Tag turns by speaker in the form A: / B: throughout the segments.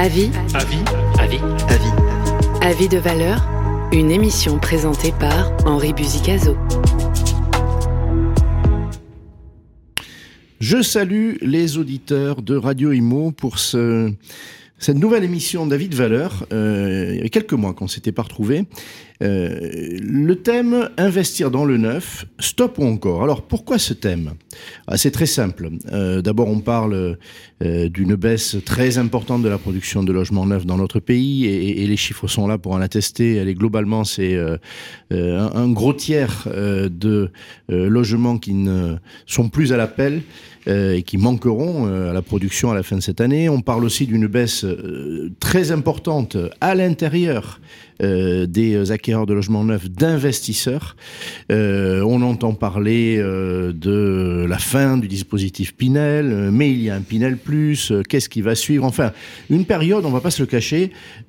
A: Avis. Avis de valeur, une émission présentée par Henri Buzicazo.
B: Je salue les auditeurs de Radio Imo pour cette nouvelle émission d'Avis de valeur. Il y a quelques mois qu'on ne s'était pas retrouvés. Le thème « Investir dans le neuf, stop ou encore ?» Alors, pourquoi ce thème ? C'est très simple. D'abord, on parle d'une baisse très importante de la production de logements neufs dans notre pays et les chiffres sont là pour en attester. Globalement, c'est un gros tiers de logements qui ne sont plus à l'appel et qui manqueront à la production à la fin de cette année. On parle aussi d'une baisse très importante à l'intérieur des acquéreurs de logements neufs, d'investisseurs. On entend parler de la fin du dispositif Pinel, mais il y a un Pinel Plus, qu'est-ce qui va suivre ? Enfin, une période, on ne va pas se le cacher,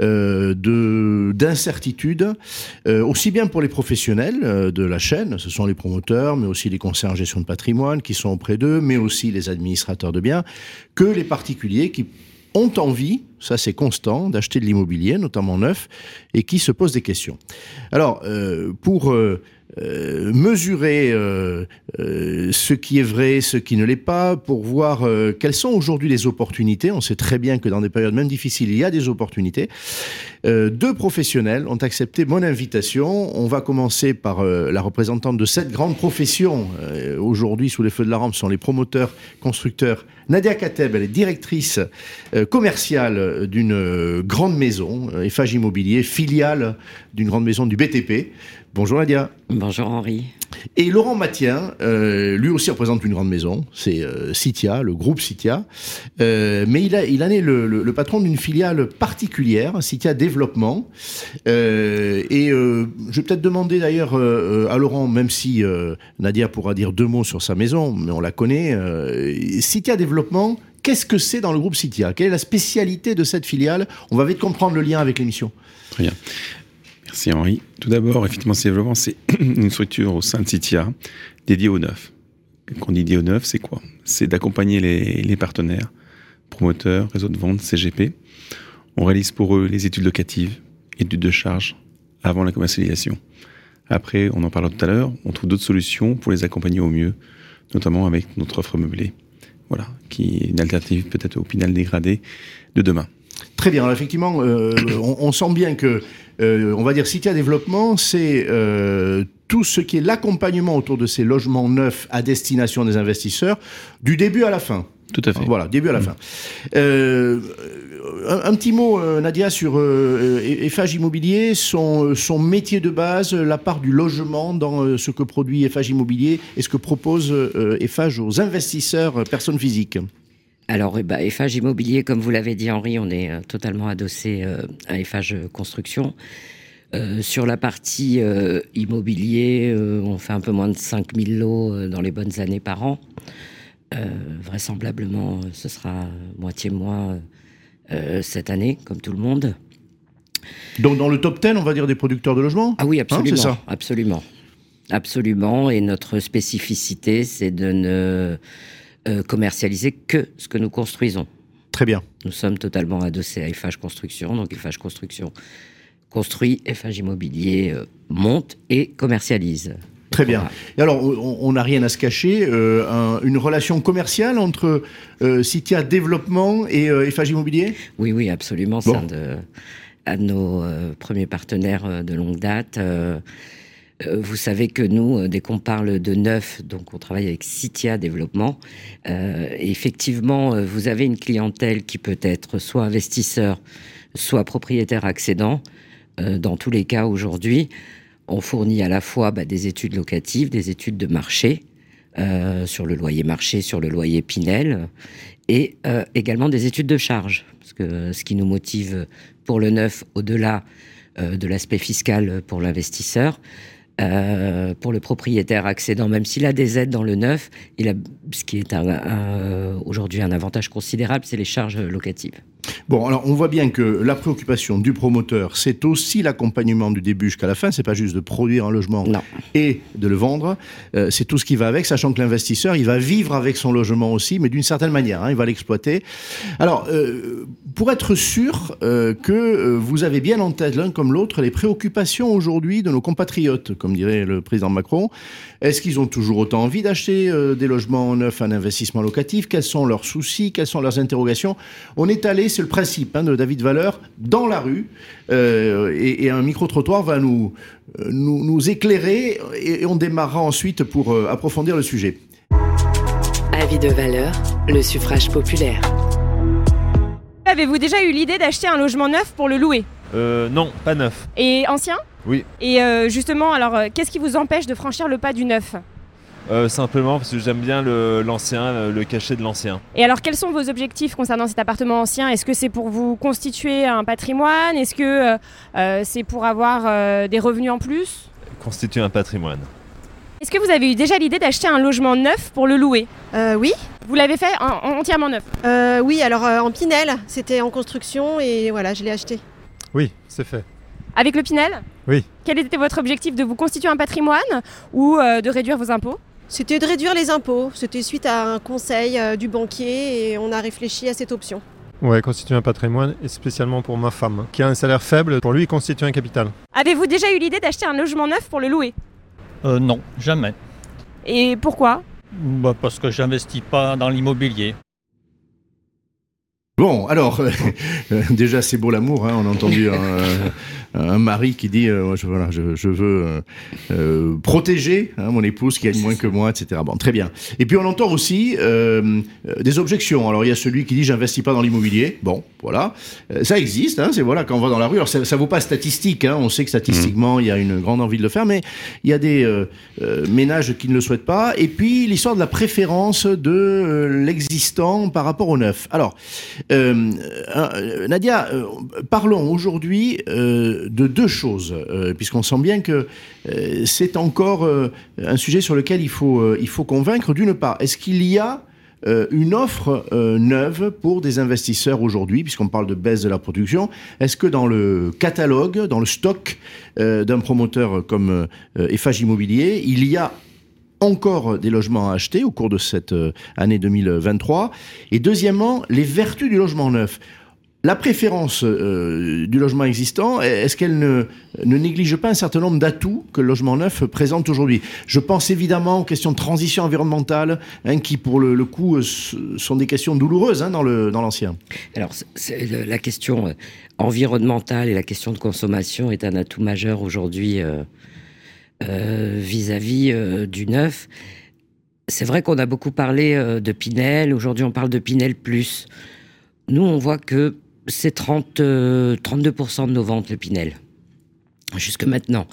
B: d'incertitude, aussi bien pour les professionnels de la chaîne, ce sont les promoteurs, mais aussi les conseillers en gestion de patrimoine qui sont auprès d'eux, mais aussi les administrateurs de biens, que les particuliers qui ont envie, ça c'est constant, d'acheter de l'immobilier, notamment neuf, et qui se posent des questions. Alors, pour mesurer ce qui est vrai, ce qui ne l'est pas, pour voir quelles sont aujourd'hui les opportunités. On sait très bien que dans des périodes même difficiles, il y a des opportunités. Deux professionnels ont accepté mon invitation. On va commencer par la représentante de cette grande profession. Aujourd'hui, sous les feux de la rampe, sont les promoteurs, constructeurs. Nadia Kateb, elle est directrice commerciale d'une grande maison, Eiffage Immobilier, filiale d'une grande maison du BTP. Bonjour Nadia.
C: Bonjour Henri.
B: Et Laurent Mathien, lui aussi représente une grande maison, c'est Citia, le groupe Citia, mais il en est le patron d'une filiale particulière, Citia Développement, et je vais peut-être demander d'ailleurs à Laurent, même si Nadia pourra dire deux mots sur sa maison, mais on la connaît, Citia Développement, qu'est-ce que c'est dans le groupe Citia ? Quelle est la spécialité de cette filiale ? On va vite comprendre le lien avec l'émission.
D: Très bien. Merci Henri. Tout d'abord, effectivement, ce développement, c'est une structure au sein de Citia dédiée au neuf. Quand on dit dédiée au neuf, c'est quoi ? C'est d'accompagner les partenaires, promoteurs, réseaux de vente, CGP. On réalise pour eux les études locatives, études de charge, avant la commercialisation. Après, on en parlera tout à l'heure, on trouve d'autres solutions pour les accompagner au mieux, notamment avec notre offre meublée. Voilà, qui est une alternative peut-être au Pinel dégradé de demain.
B: Très bien. Alors effectivement, on sent bien que, on va dire, Citia Développement, c'est tout ce qui est l'accompagnement autour de ces logements neufs à destination des investisseurs, du début à la fin.
D: Tout à fait.
B: Voilà, début à la fin. Un petit mot, Nadia, sur Eiffage Immobilier, son métier de base, la part du logement dans ce que produit Eiffage Immobilier et ce que propose Eiffage aux investisseurs, personnes physiques.
C: Alors, Eiffage Immobilier, comme vous l'avez dit Henri, on est totalement adossé à Eiffage Construction. Sur la partie immobilier, on fait un peu moins de 5000 lots dans les bonnes années par an. Vraisemblablement, ce sera moitié moins cette année, comme tout le monde.
B: Donc dans le top 10, on va dire, des producteurs de logements ?
C: Ah oui, absolument.
B: C'est ça ?
C: Absolument. Et notre spécificité, c'est de ne commercialiser que ce que nous construisons.
B: Très bien.
C: Nous sommes totalement adossés à Eiffage Construction. Donc Eiffage Construction construit, Eiffage Immobilier monte et commercialise.
B: Très bien. Et alors, on n'a rien à se cacher. Une relation commerciale entre Citia Développement et Eiffage Immobilier ?
C: Oui, absolument.
B: Bon.
C: C'est un de nos premiers partenaires de longue date. Vous savez que nous, dès qu'on parle de neuf, donc on travaille avec Citia Développement. Et effectivement, vous avez une clientèle qui peut être soit investisseur, soit propriétaire accédant. Dans tous les cas, aujourd'hui, on fournit à la fois des études locatives, des études de marché, sur le loyer marché, sur le loyer Pinel, et également des études de charge. Parce que ce qui nous motive pour le neuf, au-delà de l'aspect fiscal pour l'investisseur, pour le propriétaire accédant, même s'il a des aides dans le neuf, ce qui est aujourd'hui un avantage considérable, c'est les charges locatives.
B: Bon, alors on voit bien que la préoccupation du promoteur, c'est aussi l'accompagnement du début jusqu'à la fin. C'est pas juste de produire un logement et de le vendre. C'est tout ce qui va avec, sachant que l'investisseur, il va vivre avec son logement aussi, mais d'une certaine manière, il va l'exploiter. Alors, pour être sûr que vous avez bien en tête l'un comme l'autre les préoccupations aujourd'hui de nos compatriotes, comme dirait le président Macron, est-ce qu'ils ont toujours autant envie d'acheter des logements neufs en investissement locatif? Quels sont leurs soucis? Quelles sont leurs interrogations? On est allé, c'est le principe de David Valeur, dans la rue, et un micro-trottoir va nous éclairer, et on démarrera ensuite pour approfondir le sujet.
A: Avis de Valeur, le suffrage populaire.
E: Avez-vous déjà eu l'idée d'acheter un logement neuf pour le louer ?
F: Non, pas neuf.
E: Et ancien ?
F: Oui.
E: Et justement, alors, qu'est-ce qui vous empêche de franchir le pas du neuf ?
F: Simplement parce que j'aime bien l'ancien, le cachet de l'ancien.
E: Et alors, quels sont vos objectifs concernant cet appartement ancien ? Est-ce que c'est pour vous constituer un patrimoine ? Est-ce que c'est pour avoir des revenus en plus ?
F: Constituer un patrimoine.
E: Est-ce que vous avez eu déjà l'idée d'acheter un logement neuf pour le louer ?
G: Oui.
E: Vous l'avez fait entièrement neuf ?
G: Oui, alors en Pinel, c'était en construction et voilà, je l'ai acheté.
H: Oui, c'est fait.
E: Avec le Pinel ?
H: Oui.
E: Quel était votre objectif ? De vous constituer un patrimoine ou de réduire vos impôts ?
G: C'était de réduire les impôts. C'était suite à un conseil du banquier et on a réfléchi à cette option.
H: Ouais, constituer un patrimoine, et spécialement pour ma femme, qui a un salaire faible, pour lui constituer un capital.
E: Avez-vous déjà eu l'idée d'acheter un logement neuf pour le louer ?
I: Non, jamais.
E: Et pourquoi ?
I: Parce que j'investis pas dans l'immobilier.
B: Bon, alors, déjà c'est beau l'amour, on a entendu un mari qui dit je veux protéger mon épouse qui gagne moins que moi, etc. Bon, très bien. Et puis on entend aussi des objections. Alors il y a celui qui dit j'investis pas dans l'immobilier. Bon, voilà, ça existe. C'est voilà quand on va dans la rue. Alors ça vaut pas statistique. On sait que statistiquement il y a une grande envie de le faire, mais il y a des ménages qui ne le souhaitent pas. Et puis l'histoire de la préférence de l'existant par rapport au neuf. Alors Nadia, parlons aujourd'hui de deux choses, puisqu'on sent bien que c'est encore un sujet sur lequel il faut convaincre. D'une part, est-ce qu'il y a une offre neuve pour des investisseurs aujourd'hui, puisqu'on parle de baisse de la production? Est-ce que dans le catalogue, dans le stock d'un promoteur comme Eiffage Immobilier, il y a encore des logements à acheter au cours de cette année 2023? Et deuxièmement, les vertus du logement neuf. La préférence du logement existant, est-ce qu'elle ne néglige pas un certain nombre d'atouts que le logement neuf présente aujourd'hui? Je pense évidemment aux questions de transition environnementale, qui pour le coup sont des questions douloureuses dans l'ancien.
C: Alors la question environnementale et la question de consommation est un atout majeur aujourd'hui vis-à-vis du neuf. C'est vrai qu'on a beaucoup parlé de Pinel. Aujourd'hui, on parle de Pinel Plus. Nous, on voit que c'est 32% de nos ventes, le Pinel, jusque maintenant.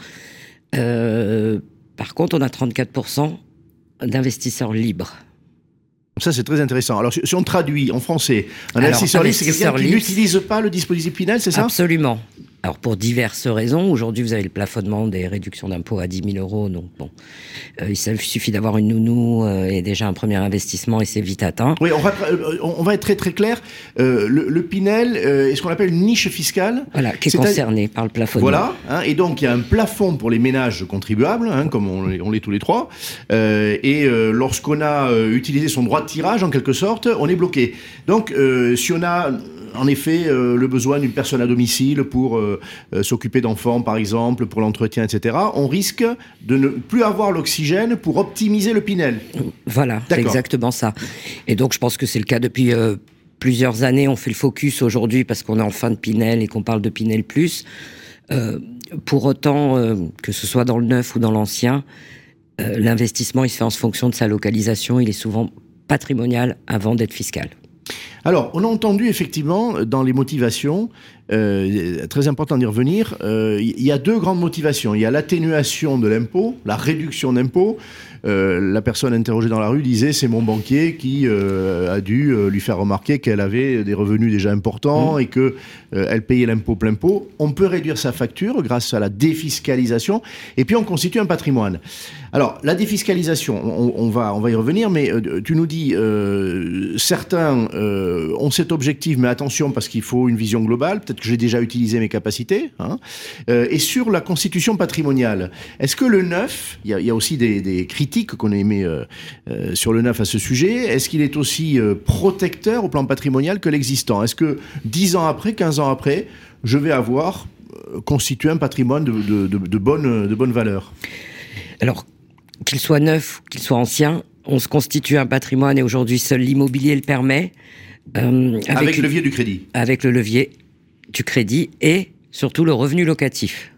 C: Par contre, on a 34% d'investisseurs libres.
B: Ça, c'est très intéressant. Alors, si on traduit en français, un investisseur libre, c'est quelqu'un qui n'utilise pas le dispositif Pinel, c'est ça ?
C: Absolument. Alors, pour diverses raisons. Aujourd'hui, vous avez le plafonnement des réductions d'impôts à 10 000 €. Donc, bon, il suffit d'avoir une nounou et déjà un premier investissement et c'est vite atteint.
B: Oui, on va être très très clair. Le Pinel est ce qu'on appelle une niche fiscale.
C: Voilà, qui est concernée par le plafonnement.
B: Voilà, et donc il y a un plafond pour les ménages contribuables, comme on l'est tous les trois. Et lorsqu'on a utilisé son droit de tirage, en quelque sorte, on est bloqué. Donc, si on a en effet le besoin d'une personne à domicile pour s'occuper d'enfants, par exemple, pour l'entretien, etc., on risque de ne plus avoir l'oxygène pour optimiser le Pinel.
C: Voilà, c'est exactement ça. Et donc, je pense que c'est le cas depuis plusieurs années. On fait le focus aujourd'hui parce qu'on est en fin de Pinel et qu'on parle de Pinel Plus. Pour autant, que ce soit dans le neuf ou dans l'ancien, l'investissement, il se fait en fonction de sa localisation. Il est souvent patrimonial avant d'être fiscal.
B: Alors, on a entendu effectivement dans les motivations, très important d'y revenir, il y a deux grandes motivations. Il y a l'atténuation de l'impôt, la réduction d'impôt. La personne interrogée dans la rue disait c'est mon banquier qui a dû lui faire remarquer qu'elle avait des revenus déjà importants et que elle payait l'impôt plein pot. On peut réduire sa facture grâce à la défiscalisation et puis on constitue un patrimoine. Alors la défiscalisation, on va y revenir, mais tu nous dis certains ont cet objectif, mais attention parce qu'il faut une vision globale, peut-être que j'ai déjà utilisé mes capacités, et sur la constitution patrimoniale. Est-ce que le neuf, il y a aussi des critiques qu'on a émis sur le neuf à ce sujet, est-ce qu'il est aussi protecteur au plan patrimonial que l'existant? Est-ce que 10 ans après, 15 ans après, je vais avoir constitué un patrimoine de bonne valeur?
C: Alors, qu'il soit neuf, qu'il soit ancien, on se constitue un patrimoine et aujourd'hui seul l'immobilier le permet.
B: Avec le levier du crédit.
C: Avec le levier du crédit et surtout le revenu locatif.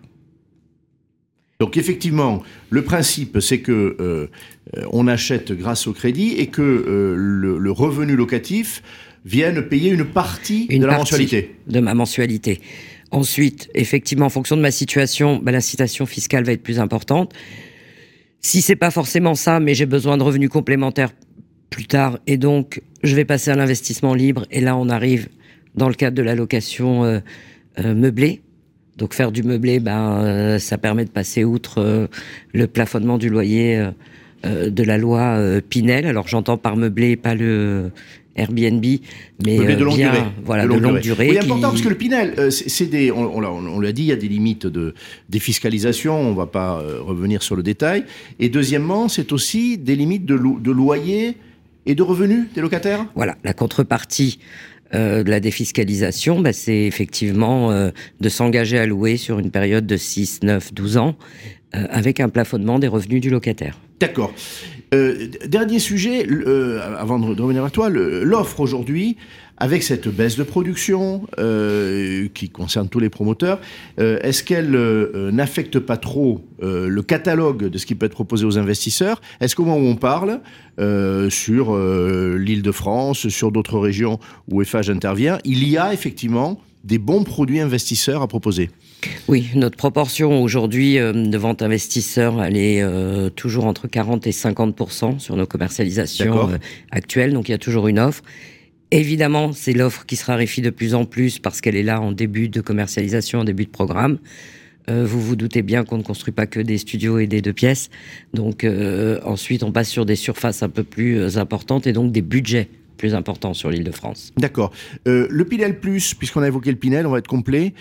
B: Donc effectivement, le principe c'est que on achète grâce au crédit et que le revenu locatif vienne payer une partie de la mensualité.
C: De ma mensualité. Ensuite, effectivement, en fonction de ma situation, l'incitation fiscale va être plus importante. Si c'est pas forcément ça, mais j'ai besoin de revenus complémentaires plus tard, et donc je vais passer à l'investissement libre. Et là, on arrive dans le cadre de la location meublée. Donc faire du meublé, ça permet de passer outre le plafonnement du loyer de la loi Pinel. Alors j'entends par meublé pas le Airbnb, mais
B: de longue durée.
C: Voilà, de longue durée.
B: Oui, important parce que le Pinel, on l'a dit, il y a des limites de défiscalisation. On va pas revenir sur le détail. Et deuxièmement, c'est aussi des limites de loyer et de revenus des locataires.
C: Voilà, la contrepartie de la défiscalisation, c'est effectivement de s'engager à louer sur une période de 6, 9, 12 ans avec un plafonnement des revenus du locataire.
B: D'accord. Dernier sujet, avant de revenir vers toi, l'offre aujourd'hui, avec cette baisse de production qui concerne tous les promoteurs, est-ce qu'elle n'affecte pas trop le catalogue de ce qui peut être proposé aux investisseurs? Est-ce qu'au moment où on parle, sur l'Île-de-France, sur d'autres régions où Eiffage intervient, il y a effectivement des bons produits investisseurs à proposer?
C: Oui, notre proportion aujourd'hui de vente investisseurs, elle est toujours entre 40 et 50% sur nos commercialisations actuelles, donc il y a toujours une offre. Évidemment, c'est l'offre qui se raréfie de plus en plus parce qu'elle est là en début de commercialisation, en début de programme. Vous vous doutez bien qu'on ne construit pas que des studios et des 2 pièces. Donc ensuite, on passe sur des surfaces un peu plus importantes et donc des budgets plus importants sur l'Île-de-France.
B: D'accord. Le Pinel Plus, puisqu'on a évoqué le Pinel, on va être complet.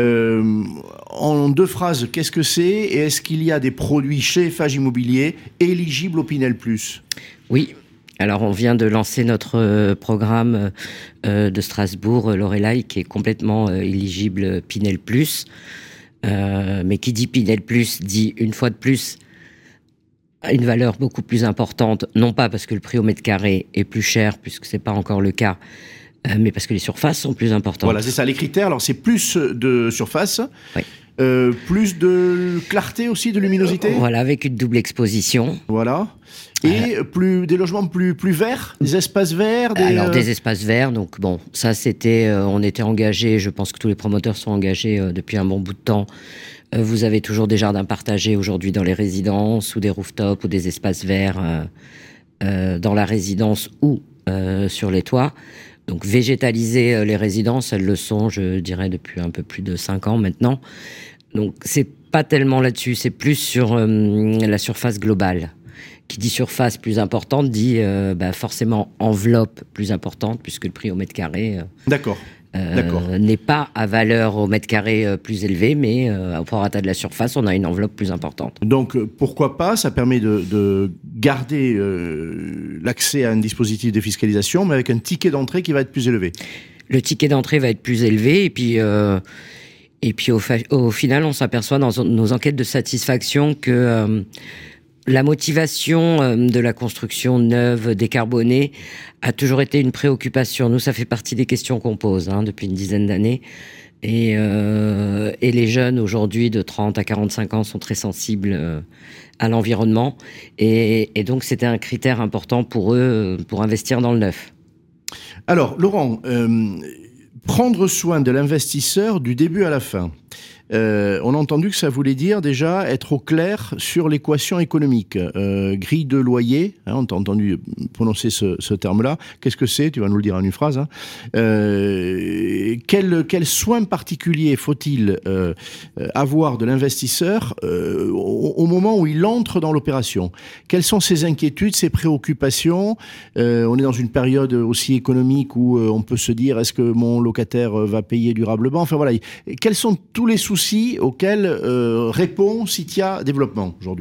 B: En 2 phrases, qu'est-ce que c'est et est-ce qu'il y a des produits chez Eiffage Immobilier éligibles au Pinel Plus?
C: Oui. Alors, on vient de lancer notre programme de Strasbourg, Lorelai, qui est complètement éligible Pinel Plus. Mais qui dit Pinel Plus dit, une fois de plus, une valeur beaucoup plus importante, non pas parce que le prix au mètre carré est plus cher, puisque c'est pas encore le cas, mais parce que les surfaces sont plus importantes.
B: Voilà, c'est ça, les critères. Alors, c'est plus de surface,
C: oui.
B: Plus de clarté aussi, de luminosité.
C: Voilà, avec une double exposition.
B: Voilà. Et des logements plus verts, des espaces verts.
C: Alors, des espaces verts, donc bon, ça c'était, on était engagés, je pense que tous les promoteurs sont engagés depuis un bon bout de temps. Vous avez toujours des jardins partagés aujourd'hui dans les résidences, ou des rooftops, ou des espaces verts dans la résidence ou sur les toits. Donc végétaliser les résidences, elles le sont, je dirais, depuis un peu plus de 5 ans maintenant. Donc c'est pas tellement là-dessus, c'est plus sur la surface globale. Qui dit surface plus importante dit forcément enveloppe plus importante, puisque le prix au mètre carré n'est pas à valeur au mètre carré plus élevée, mais au prorata de la surface, on a une enveloppe plus importante.
B: Donc pourquoi pas, ça permet de garder l'accès à un dispositif de fiscalisation, mais avec un ticket d'entrée qui va être plus élevé.
C: Le ticket d'entrée va être plus élevé, et puis au final, on s'aperçoit dans nos enquêtes de satisfaction que la motivation de la construction neuve, décarbonée, a toujours été une préoccupation. Nous, ça fait partie des questions qu'on pose depuis une dizaine d'années. Et les jeunes, aujourd'hui, de 30 à 45 ans, sont très sensibles à l'environnement. Et donc, c'était un critère important pour eux, pour investir dans le neuf.
B: Alors, Laurent, prendre soin de l'investisseur du début à la fin. on a entendu que ça voulait dire déjà être au clair sur l'équation économique. Grille de loyer, hein, on t'a entendu prononcer ce terme-là. Qu'est-ce que c'est ? Tu vas nous le dire en une phrase. Hein. Quel soin particulier faut-il avoir de l'investisseur au moment où il entre dans l'opération ? Quelles sont ses inquiétudes, ses préoccupations ? On est dans une période aussi économique où on peut se dire est-ce que mon locataire va payer durablement ? Enfin voilà, quels sont tous les soucis auxquels répond Citia Développement aujourd'hui ?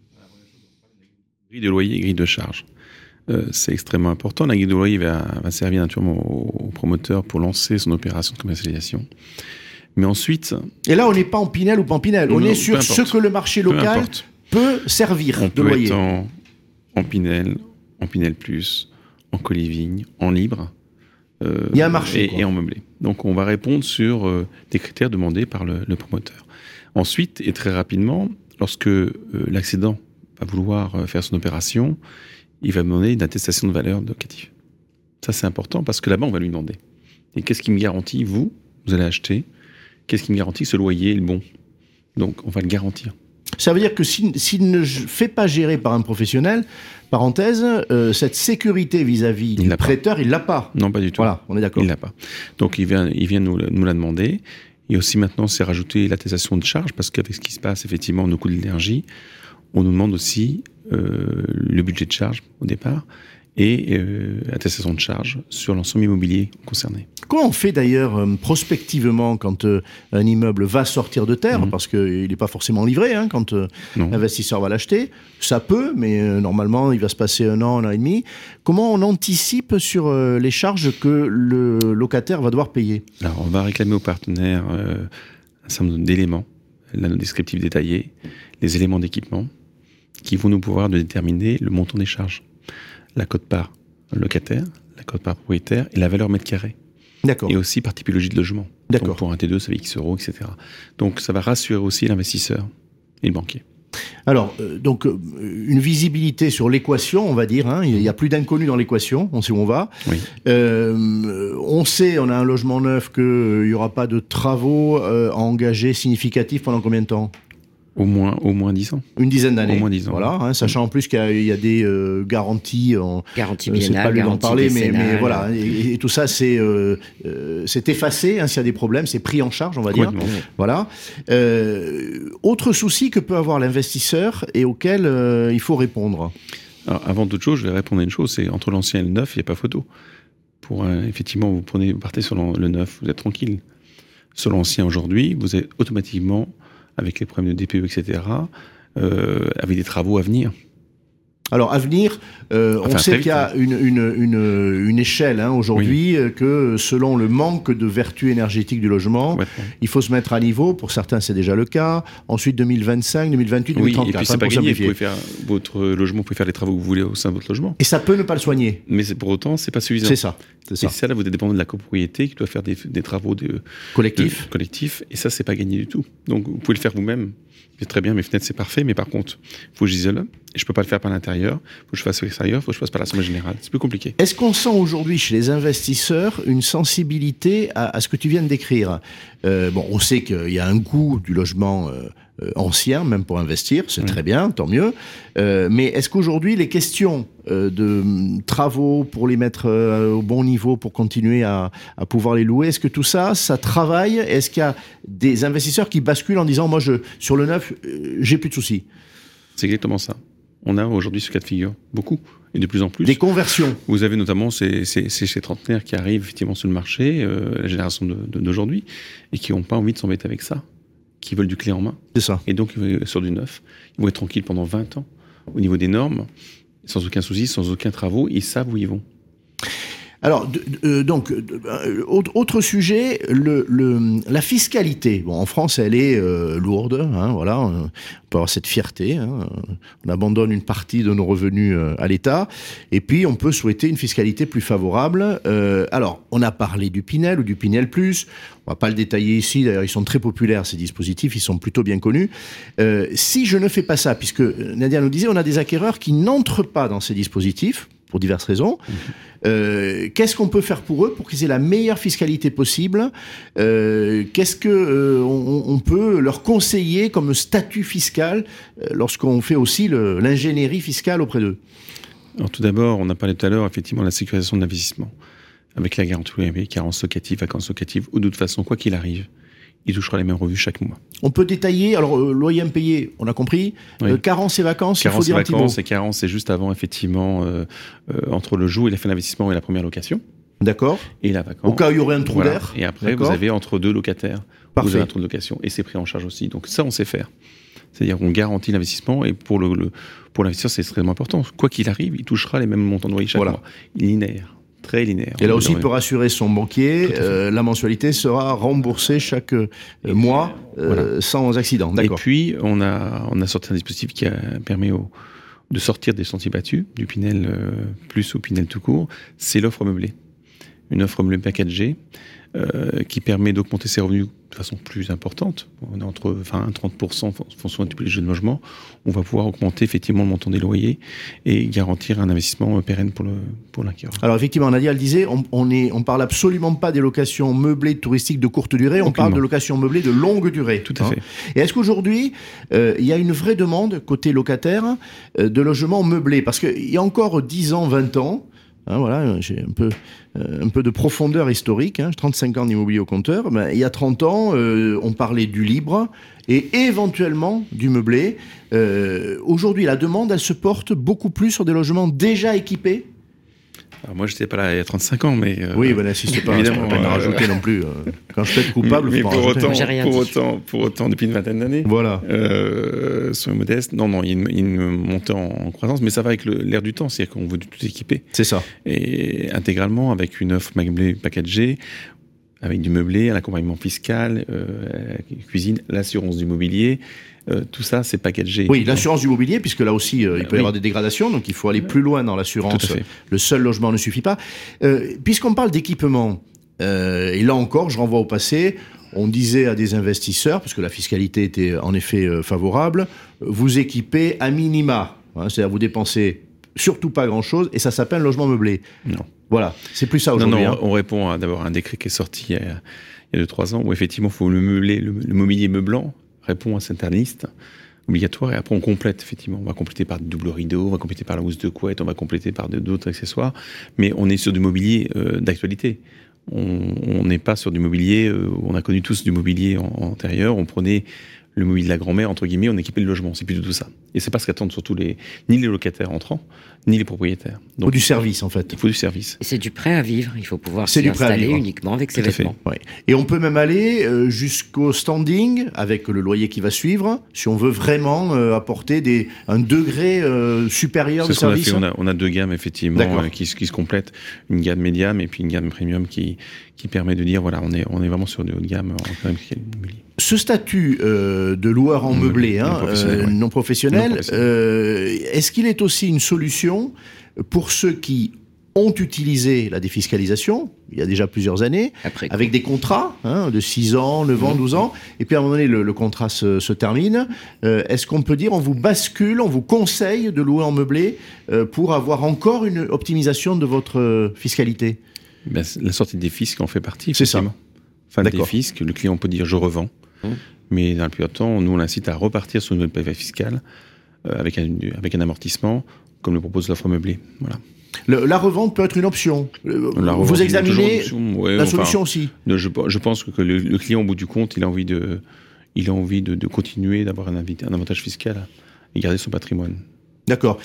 D: Grille de loyer et grille de charge. C'est extrêmement important. La grille de loyer va servir naturellement au promoteur pour lancer son opération de commercialisation. Mais ensuite... Et
B: là, on n'est pas en Pinel ou pas en Pinel. On est sur ce que le marché local peut servir de loyer.
D: On peut être en Pinel, en Pinel Plus, en co-living, en libre.
B: Il y a un marché.
D: Et en meublé. Donc, on va répondre sur des critères demandés par le promoteur. Ensuite, et très rapidement, lorsque l'accédant va vouloir faire son opération, il va demander une attestation de valeur locative. Ça, c'est important parce que la banque va lui demander. Et qu'est-ce qui me garantit, vous allez acheter, qu'est-ce qui me garantit que ce loyer est le bon ? Donc, on va le garantir.
B: Ça veut dire que s'il ne fait pas gérer par un professionnel, parenthèse, cette sécurité vis-à-vis du prêteur, il ne l'a pas.
D: Non, pas du tout.
B: Voilà, on est d'accord.
D: Il ne l'a pas. Donc, il vient nous la demander. Et aussi, maintenant, c'est rajouter l'attestation de charge parce qu'avec ce qui se passe, effectivement, nos coûts de l'énergie, on nous demande aussi le budget de charge au départ et attestation de charge sur l'ensemble immobilier concerné.
B: Comment on fait d'ailleurs prospectivement quand un immeuble va sortir de terre, parce qu'il n'est pas forcément livré quand l'investisseur va l'acheter. Ça peut, mais normalement il va se passer un an et demi. Comment on anticipe sur les charges que le locataire va devoir payer ?
D: Alors on va réclamer aux partenaires un certain nombre d'éléments, la note descriptive détaillée, les éléments d'équipement qui vont nous pouvoir déterminer le montant des charges. La quote-part locataire, la quote-part propriétaire et la valeur mètre carré.
B: D'accord.
D: Et aussi par typologie de logement.
B: D'accord.
D: Donc pour un T2, ça fait X euros, etc. Donc ça va rassurer aussi l'investisseur et le banquier.
B: Alors, une visibilité sur l'équation, on va dire. Il n'y a plus d'inconnu dans l'équation, on sait où on va.
D: Oui.
B: On sait, on a un logement neuf, qu'il n'y aura pas de travaux engagés significatifs pendant combien de temps ?
D: Au moins 10 ans.
B: Une dizaine d'années.
D: Au moins 10 ans.
B: Voilà, sachant en plus qu'il y a des garanties.
C: Garantie
B: c'est
C: biennale,
B: pas lui d'en parler, mais voilà. Et tout ça, c'est effacé. S'il y a des problèmes, c'est pris en charge, on va dire. Voilà. Autre souci que peut avoir l'investisseur et auquel il faut répondre.
D: Alors, avant toute chose, je vais répondre à une chose. C'est entre l'ancien et le neuf, il n'y a pas photo. Effectivement, vous partez sur le neuf, vous êtes tranquille. Sur l'ancien aujourd'hui, vous êtes automatiquement, avec les problèmes de DPE, etc., avec des travaux à venir.
B: Alors, à venir, on sait qu'il y a une échelle aujourd'hui, que selon le manque de vertu énergétique du logement, il faut se mettre à niveau. Pour certains, c'est déjà le cas. Ensuite, 2025, 2028, 2034.
D: Oui, et puis c'est pas gagné. Vous pouvez faire votre logement, vous pouvez faire les travaux que vous voulez au sein de votre logement.
B: Et ça peut ne pas le soigner.
D: Mais pour autant, c'est pas suffisant.
B: C'est ça.
D: Et ça, là, vous êtes dépendant de la copropriété qui doit faire des travaux collectifs. Et ça, c'est pas gagné du tout. Donc, vous pouvez le faire vous-même. C'est très bien, mes fenêtres, c'est parfait, mais par contre, il faut que j'isole, et je peux pas le faire par l'intérieur, il faut que je fasse à l'extérieur, il faut que je fasse par l'assemblée générale. C'est plus compliqué.
B: Est-ce qu'on sent aujourd'hui chez les investisseurs une sensibilité à ce que tu viens de décrire ? On sait qu'il y a un coût du logement ancien, même pour investir, c'est très bien, tant mieux. Mais est-ce qu'aujourd'hui, les questions de travaux pour les mettre au bon niveau, pour continuer à pouvoir les louer, est-ce que tout ça travaille ? Est-ce qu'il y a des investisseurs qui basculent en disant, moi, sur le neuf, j'ai plus de soucis ?
D: C'est exactement ça. On a aujourd'hui ce cas de figure, beaucoup, et de plus en plus.
B: Des conversions.
D: Vous avez notamment ces trentenaires qui arrivent effectivement sur le marché, la génération d'aujourd'hui, et qui n'ont pas envie de s'embêter avec ça, qui veulent du clé en main.
B: C'est ça.
D: Et donc, sur du neuf, ils vont être tranquilles pendant 20 ans, au niveau des normes, sans aucun souci, sans aucun travaux, ils savent où ils vont.
B: Alors, autre sujet, la fiscalité. Bon, en France, elle est lourde, voilà. On peut avoir cette fierté. On abandonne une partie de nos revenus à l'État, et puis on peut souhaiter une fiscalité plus favorable. Alors, on a parlé du Pinel ou du Pinel Plus. On va pas le détailler ici. D'ailleurs, ils sont très populaires, ces dispositifs. Ils sont plutôt bien connus. Si je ne fais pas ça, puisque Nadia nous disait, on a des acquéreurs qui n'entrent pas dans ces dispositifs, pour diverses raisons. Qu'est-ce qu'on peut faire pour eux pour qu'ils aient la meilleure fiscalité possible? Qu'est-ce que on peut leur conseiller comme statut fiscal lorsqu'on fait aussi l'ingénierie fiscale auprès d'eux?
D: Alors tout d'abord, on a parlé tout à l'heure effectivement de la sécurisation de l'investissement. Avec la garantie, carence locative, vacances locatives, ou de toute façon, quoi qu'il arrive, il touchera les mêmes revenus chaque mois.
B: On peut détailler, alors loyer impayé, on a compris,
D: oui.
B: Carence et vacances, il faut dire un petit mot.
D: Carence et carence, c'est juste avant effectivement, entre le jour où il a fait l'investissement et la première location.
B: D'accord.
D: Et la vacance.
B: Au cas où il y aurait un trou d'air.
D: Et après, vous avez entre deux locataires,
B: Parfait.
D: Vous avez un trou de location, et c'est pris en charge aussi. Donc ça, on sait faire. C'est-à-dire qu'on garantit l'investissement, et pour l'investisseur, c'est extrêmement important. Quoi qu'il arrive, il touchera les mêmes montants de loyer chaque mois. Linéaire. Très linéaire.
B: Et là aussi, il peut rassurer son banquier, la mensualité sera remboursée chaque mois sans accident. D'accord.
D: Et puis, on a sorti un dispositif qui permet de sortir des sentiers battus, du Pinel plus au Pinel tout court. C'est l'offre meublée. Une offre meublée packagée qui permet d'augmenter ses revenus de façon plus importante. On est entre 20 et 30% en fonction des typologies de logement. On va pouvoir augmenter effectivement le montant des loyers et garantir un investissement pérenne pour l'acquéreur.
B: Alors effectivement, Nadia le disait, on parle absolument pas des locations meublées touristiques de courte durée, on parle de locations meublées de longue durée.
D: Tout à fait.
B: Et est-ce qu'aujourd'hui, il y a une vraie demande côté locataire de logements meublés? Parce qu'il y a encore 10 ans, 20 ans, voilà, j'ai un peu de profondeur historique, 35 ans d'immobilier au compteur. Il y a 30 ans, on parlait du libre et éventuellement du meublé. Aujourd'hui, la demande, elle se porte beaucoup plus sur des logements déjà équipés.
D: Alors moi, je n'étais pas là il y a 35 ans, mais...
B: oui, n'insiste pas, c'est pas la peine de rajouter non plus. Quand je peux être coupable, il faut pas rajouter.
D: Pour autant, depuis une vingtaine d'années, soyons modestes. Non, il y a une montée en croissance, mais ça va avec l'air du temps, c'est-à-dire qu'on veut tout équiper.
B: C'est ça.
D: Et intégralement, avec une offre meublée packagée, avec du meublé, un accompagnement fiscal, cuisine, l'assurance du mobilier... tout ça, c'est packagé.
B: Oui, l'assurance du mobilier, puisque là aussi, il peut y avoir des dégradations, donc il faut aller plus loin dans l'assurance. Le seul logement ne suffit pas. Puisqu'on parle d'équipement, et là encore, je renvoie au passé, on disait à des investisseurs, parce que la fiscalité était en effet favorable, vous équipez à minima, c'est-à-dire vous dépensez surtout pas grand-chose, et ça s'appelle logement meublé.
D: Non.
B: Voilà, c'est plus ça aujourd'hui.
D: Non, on répond d'abord à un décret qui est sorti il y a 2-3 ans, où effectivement, il faut le mobilier meublant, répond à cette liste obligatoire, et après on complète, effectivement. On va compléter par des doubles rideaux, on va compléter par la housse de couette, on va compléter par d'autres accessoires, mais on est sur du mobilier d'actualité. On n'est pas sur du mobilier, on a connu tous du mobilier antérieur, on prenait le mobilier de la grand-mère, entre guillemets, on équipait le logement, c'est plus du tout ça. Et c'est pas ce qu'attendent surtout ni les locataires entrants, ni les propriétaires.
B: Il faut du service, en fait.
D: Il faut du service.
C: Et c'est du prêt à vivre, il faut pouvoir s'y installer uniquement avec ses vêtements.
B: Ouais. Et on peut même aller jusqu'au standing, avec le loyer qui va suivre, si on veut vraiment apporter un degré supérieur de service.
D: C'est ce qu'on a fait, on a deux gammes, effectivement, qui se complètent, une gamme médium et puis une gamme premium qui permet de dire, voilà, on est vraiment sur du haut de gamme en immobilier.
B: Ce statut de loueur en meublé, non professionnel, est-ce qu'il est aussi une solution pour ceux qui ont utilisé la défiscalisation, il y a déjà plusieurs années, avec des contrats de 6 ans, 9 ans, 12 ans, et puis à un moment donné, le contrat se termine. Est-ce qu'on peut dire, on vous bascule, on vous conseille de louer en meublé pour avoir encore une optimisation de votre fiscalité?
D: La sortie des fiscs en fait partie,
B: c'est ça.
D: Fin des fiscs, le client peut dire je revends. Mais dans le plus temps, nous on l'incite à repartir sur une nouvelle PV fiscale avec un amortissement, comme le propose l'offre meublée. Voilà.
B: La revente peut être une option. Vous examinez la solution aussi.
D: Je pense que le client, au bout du compte, il a envie de continuer d'avoir un avantage fiscal et garder son patrimoine.
B: D'accord.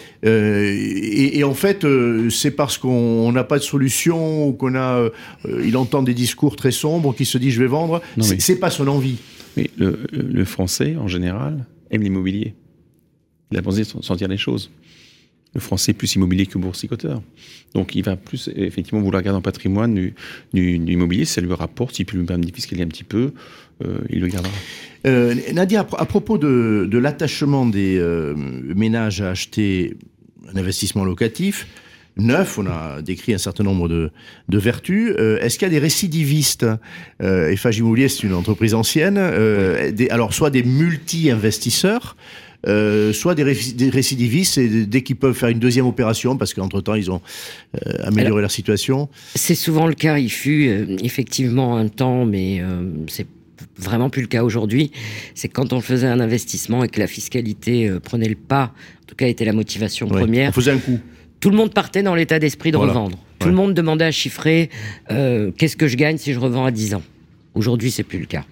B: Et en fait, c'est parce qu'on n'a pas de solution ou il entend des discours très sombres qu'il se dit je vais vendre. C'est pas son envie.
D: Mais le Français, en général, aime l'immobilier. Il a pensé sentir les choses. Le Français est plus immobilier que boursicoteur. Donc il va plus effectivement vouloir garder un patrimoine du immobilier. Si ça lui rapporte, s'il peut lui permettre de fiscaliser un petit peu, il le gardera.
B: Nadia, à propos de l'attachement des ménages à acheter un investissement locatif neuf, on a décrit un certain nombre de vertus. Est-ce qu'il y a des récidivistes? Eiffage Immobilier, c'est une entreprise ancienne. Alors, soit des multi-investisseurs, soit des récidivistes, et dès qu'ils peuvent faire une deuxième opération, parce qu'entre-temps, ils ont amélioré leur situation.
C: C'est souvent le cas. Il fut effectivement un temps, mais c'est vraiment plus le cas aujourd'hui. C'est quand on faisait un investissement et que la fiscalité prenait le pas, en tout cas était la motivation première.
B: On faisait un coup.
C: Tout le monde partait dans l'état d'esprit de revendre. Tout le monde demandait à chiffrer qu'est-ce que je gagne si je revends à 10 ans. Aujourd'hui, c'est plus le cas.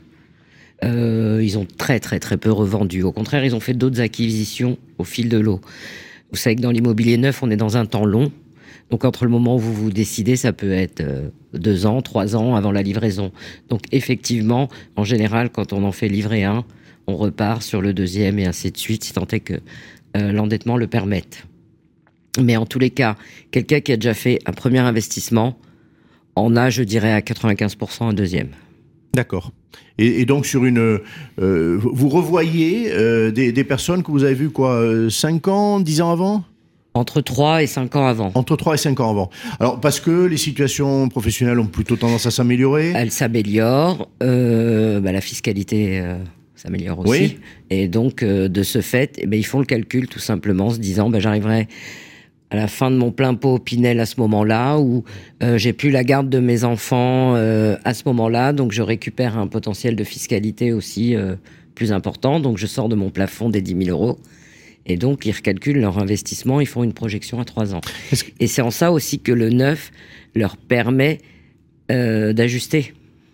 C: Ils ont très très très peu revendu. Au contraire, ils ont fait d'autres acquisitions au fil de l'eau. Vous savez que dans l'immobilier neuf, on est dans un temps long. Donc entre le moment où vous vous décidez, ça peut être 2 ans, 3 ans avant la livraison. Donc effectivement, en général, quand on en fait livrer un, on repart sur le deuxième et ainsi de suite, si tant est que l'endettement le permette. Mais en tous les cas, quelqu'un qui a déjà fait un premier investissement en a, je dirais, à 95% un deuxième.
B: D'accord. Et donc sur vous revoyez des personnes que vous avez vues 5 ans, 10 ans avant ?
C: Entre 3 et 5 ans avant.
B: Entre 3 et 5 ans avant. Alors, parce que les situations professionnelles ont plutôt tendance à s'améliorer ?
C: Elles s'améliorent. La fiscalité s'améliore aussi. Oui. Et donc, de ce fait, ils font le calcul tout simplement, en se disant, j'arriverai à la fin de mon plein pot au Pinel à ce moment-là, ou j'ai plus la garde de mes enfants à ce moment-là, donc je récupère un potentiel de fiscalité aussi plus important, donc je sors de mon plafond des 10 000 euros. Et donc, ils recalculent leur investissement, ils font une projection à 3 ans. Et c'est en ça aussi que le neuf leur permet d'ajuster.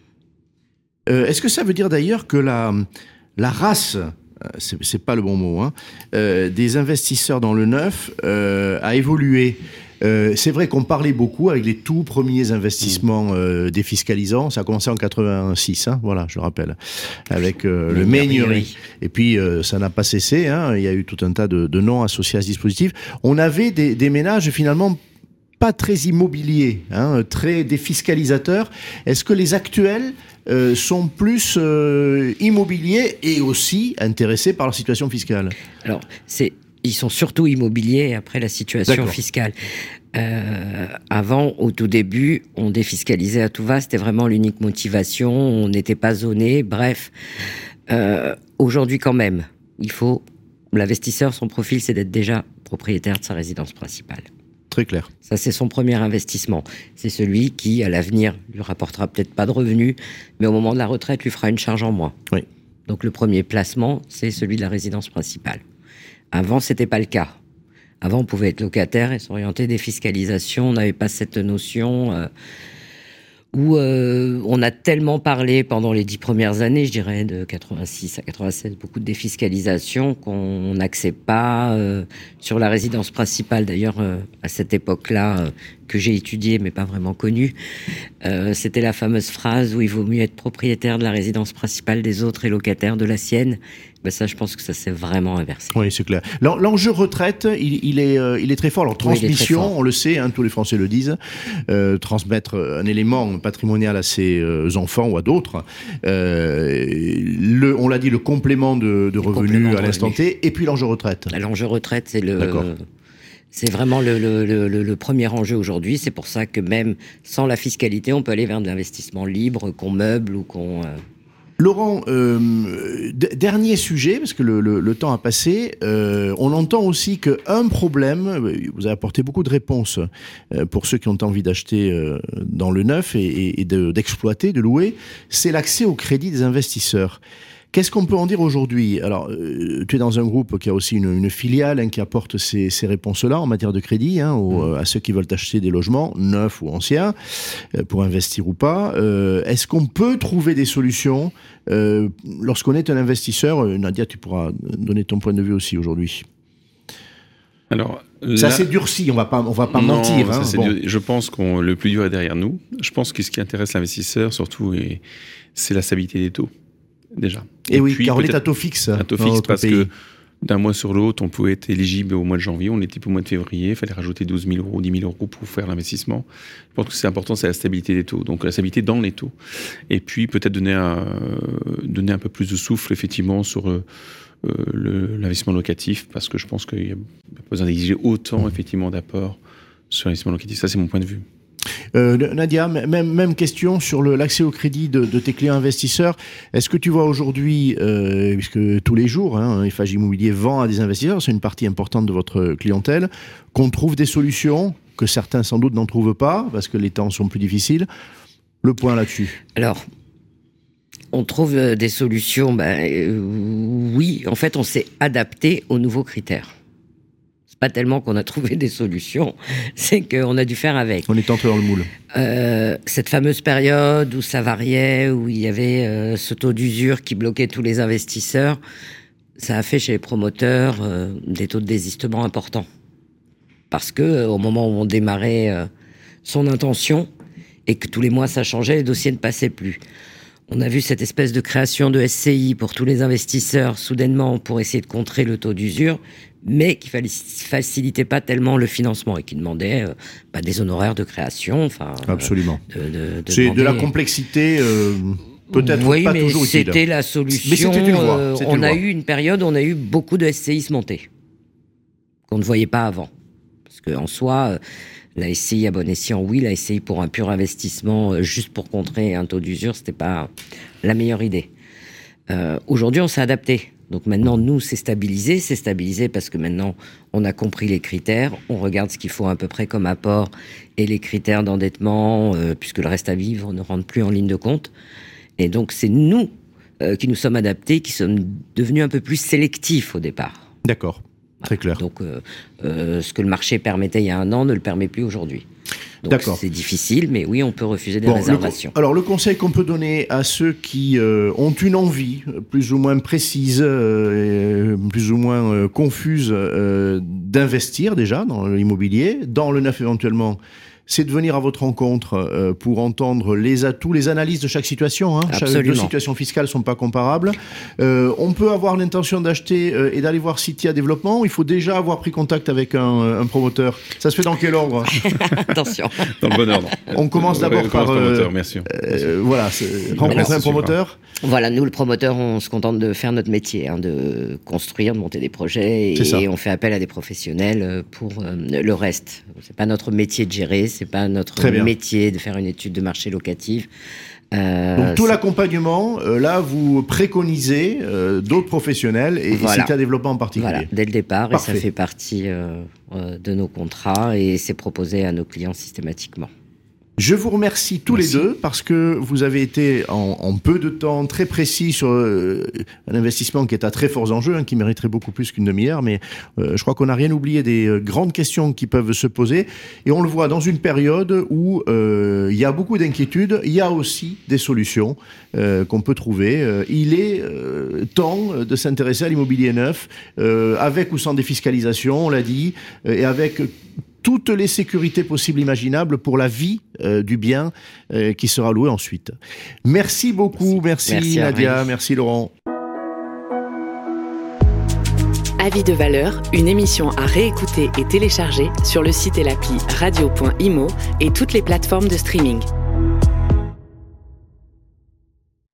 B: Est-ce que ça veut dire d'ailleurs que la race, c'est pas le bon mot, des investisseurs dans le neuf a évolué ? C'est vrai qu'on parlait beaucoup avec les tout premiers investissements défiscalisants. Ça a commencé en 86, voilà, je rappelle, avec le Meignery. Et puis, ça n'a pas cessé. Il y a eu tout un tas de noms associés à ce dispositif. On avait des ménages, finalement, pas très immobiliers, très défiscalisateurs. Est-ce que les actuels sont plus immobiliers et aussi intéressés par leur situation fiscale ?
C: Alors, ils sont surtout immobiliers après la situation fiscale. Avant, au tout début, on défiscalisait à tout va, c'était vraiment l'unique motivation, on n'était pas zoné, bref. Aujourd'hui quand même, l'investisseur, son profil, c'est d'être déjà propriétaire de sa résidence principale.
B: Très clair.
C: Ça, c'est son premier investissement. C'est celui qui, à l'avenir, lui rapportera peut-être pas de revenus, mais au moment de la retraite, lui fera une charge en moins.
B: Oui.
C: Donc le premier placement, c'est celui de la résidence principale. Avant, c'était pas le cas. Avant, on pouvait être locataire et s'orienter défiscalisation. On n'avait pas cette notion où on a tellement parlé pendant les 10 premières années, je dirais, de 86 à 87, beaucoup de défiscalisation qu'on n'axait pas sur la résidence principale. D'ailleurs, à cette époque-là, que j'ai étudiée mais pas vraiment connue, c'était la fameuse phrase où il vaut mieux être propriétaire de la résidence principale des autres et locataire de la sienne. Ça, je pense que ça s'est vraiment inversé.
B: Oui, c'est clair. L'enjeu retraite, il est très fort. Alors, transmission, on le sait, tous les Français le disent, transmettre un élément patrimonial à ses enfants ou à d'autres. On l'a dit, le complément de revenus à l'instant T, et puis l'enjeu retraite.
C: L'enjeu retraite, c'est vraiment le premier enjeu aujourd'hui. C'est pour ça que même sans la fiscalité, on peut aller vers de l'investissement libre, qu'on meuble ou qu'on...
B: Laurent, dernier sujet, parce que le temps a passé, on entend aussi qu'un problème, vous avez apporté beaucoup de réponses pour ceux qui ont envie d'acheter dans le neuf et d'exploiter, de louer, c'est l'accès au crédit des investisseurs. Qu'est-ce qu'on peut en dire aujourd'hui ? Alors, tu es dans un groupe qui a aussi une filiale qui apporte ces réponses-là en matière de crédit à ceux qui veulent acheter des logements, neufs ou anciens, pour investir ou pas. Est-ce qu'on peut trouver des solutions lorsqu'on est un investisseur ? Nadia, tu pourras donner ton point de vue aussi aujourd'hui.
D: Alors,
B: ça s'est durci, on va pas mentir.
D: Je pense que le plus dur est derrière nous. Je pense que ce qui intéresse l'investisseur surtout, c'est la stabilité des taux. Déjà.
B: Et oui, car on est à taux fixe.
D: À taux fixe parce que d'un mois sur l'autre, on pouvait être éligible au mois de janvier, on était au mois de février, il fallait rajouter 12 000 euros, 10 000 euros pour faire l'investissement. Je pense que c'est important, c'est la stabilité des taux, donc la stabilité dans les taux. Et puis peut-être donner un peu plus de souffle effectivement sur l'investissement locatif, parce que je pense qu'il n'y a pas besoin d'exiger autant effectivement d'apport sur l'investissement locatif. Ça, c'est mon point de vue.
B: Nadia, même question sur l'accès au crédit de tes clients investisseurs. Est-ce que tu vois aujourd'hui, puisque tous les jours, Eiffage Immobilier vend à des investisseurs, c'est une partie importante de votre clientèle, qu'on trouve des solutions, que certains sans doute n'en trouvent pas, parce que les temps sont plus difficiles. Le point là-dessus.
C: Alors, on trouve des solutions, oui, en fait, on s'est adapté aux nouveaux critères. C'est pas tellement qu'on a trouvé des solutions, c'est qu'on a dû faire avec.
B: On est entré dans le moule.
C: Cette fameuse période où ça variait, où il y avait ce taux d'usure qui bloquait tous les investisseurs, ça a fait chez les promoteurs des taux de désistement importants. Parce que au moment où on démarrait son intention et que tous les mois ça changeait, les dossiers ne passaient plus. On a vu cette espèce de création de SCI pour tous les investisseurs, soudainement, pour essayer de contrer le taux d'usure, mais qui facilitait pas tellement le financement et qui demandait des honoraires de création.
B: Absolument. C'est de la complexité, peut-être pas toujours utile.
C: Oui, mais c'était la solution.
B: Mais c'était une voie.
C: On a eu une période où on a eu beaucoup de SCI se monter, qu'on ne voyait pas avant. Parce qu'en soi... La SCI à bon escient, oui. La SCI pour un pur investissement, juste pour contrer un taux d'usure, c'était pas la meilleure idée. Aujourd'hui, on s'est adapté. Donc maintenant, nous, c'est stabilisé parce que maintenant, on a compris les critères, on regarde ce qu'il faut à peu près comme apport et les critères d'endettement, puisque le reste à vivre ne rentre plus en ligne de compte. Et donc, c'est nous qui nous sommes adaptés, qui sommes devenus un peu plus sélectifs au départ.
B: D'accord. Très clair.
C: Donc, ce que le marché permettait il y a un an ne le permet plus aujourd'hui. Donc,
B: d'accord.
C: C'est difficile, mais oui, on peut refuser des réservations.
B: Alors, le conseil qu'on peut donner à ceux qui ont une envie plus ou moins précise, plus ou moins confuse d'investir déjà dans l'immobilier, dans le neuf éventuellement, c'est de venir à votre rencontre pour entendre les atouts, les analyses de chaque situation. Chaque deux situations fiscales ne sont pas comparables. On peut avoir l'intention d'acheter et d'aller voir Citia Développement. Il faut déjà avoir pris contact avec un promoteur. Ça se fait dans quel ordre?
C: Attention.
D: Dans le bon ordre.
B: On commence d'abord par...
D: promoteur, merci.
B: Rencontrer un promoteur.
C: Voilà, nous, le promoteur, on se contente de faire notre métier, de construire, de monter des projets. Et on fait appel à des professionnels pour le reste. C'est pas notre métier de gérer. C'est pas notre métier de faire une étude de marché locatif.
B: Donc tout l'accompagnement, là vous préconisez d'autres professionnels et Citia Développement en particulier.
C: Voilà, dès le départ, parfait. Et ça fait partie de nos contrats et c'est proposé à nos clients systématiquement.
B: Je vous remercie tous les deux parce que vous avez été en peu de temps très précis sur un investissement qui est à très forts enjeux, qui mériterait beaucoup plus qu'une demi-heure, mais je crois qu'on n'a rien oublié des grandes questions qui peuvent se poser et on le voit dans une période où il y a beaucoup d'inquiétudes, il y a aussi des solutions qu'on peut trouver. Il est temps de s'intéresser à l'immobilier neuf, avec ou sans défiscalisation, on l'a dit, et avec toutes les sécurités possibles imaginables pour la vie du bien qui sera loué ensuite. Merci beaucoup, merci Nadia, merci Laurent.
A: Avis de valeur, une émission à réécouter et télécharger sur le site et l'appli radio.imo et toutes les plateformes de streaming.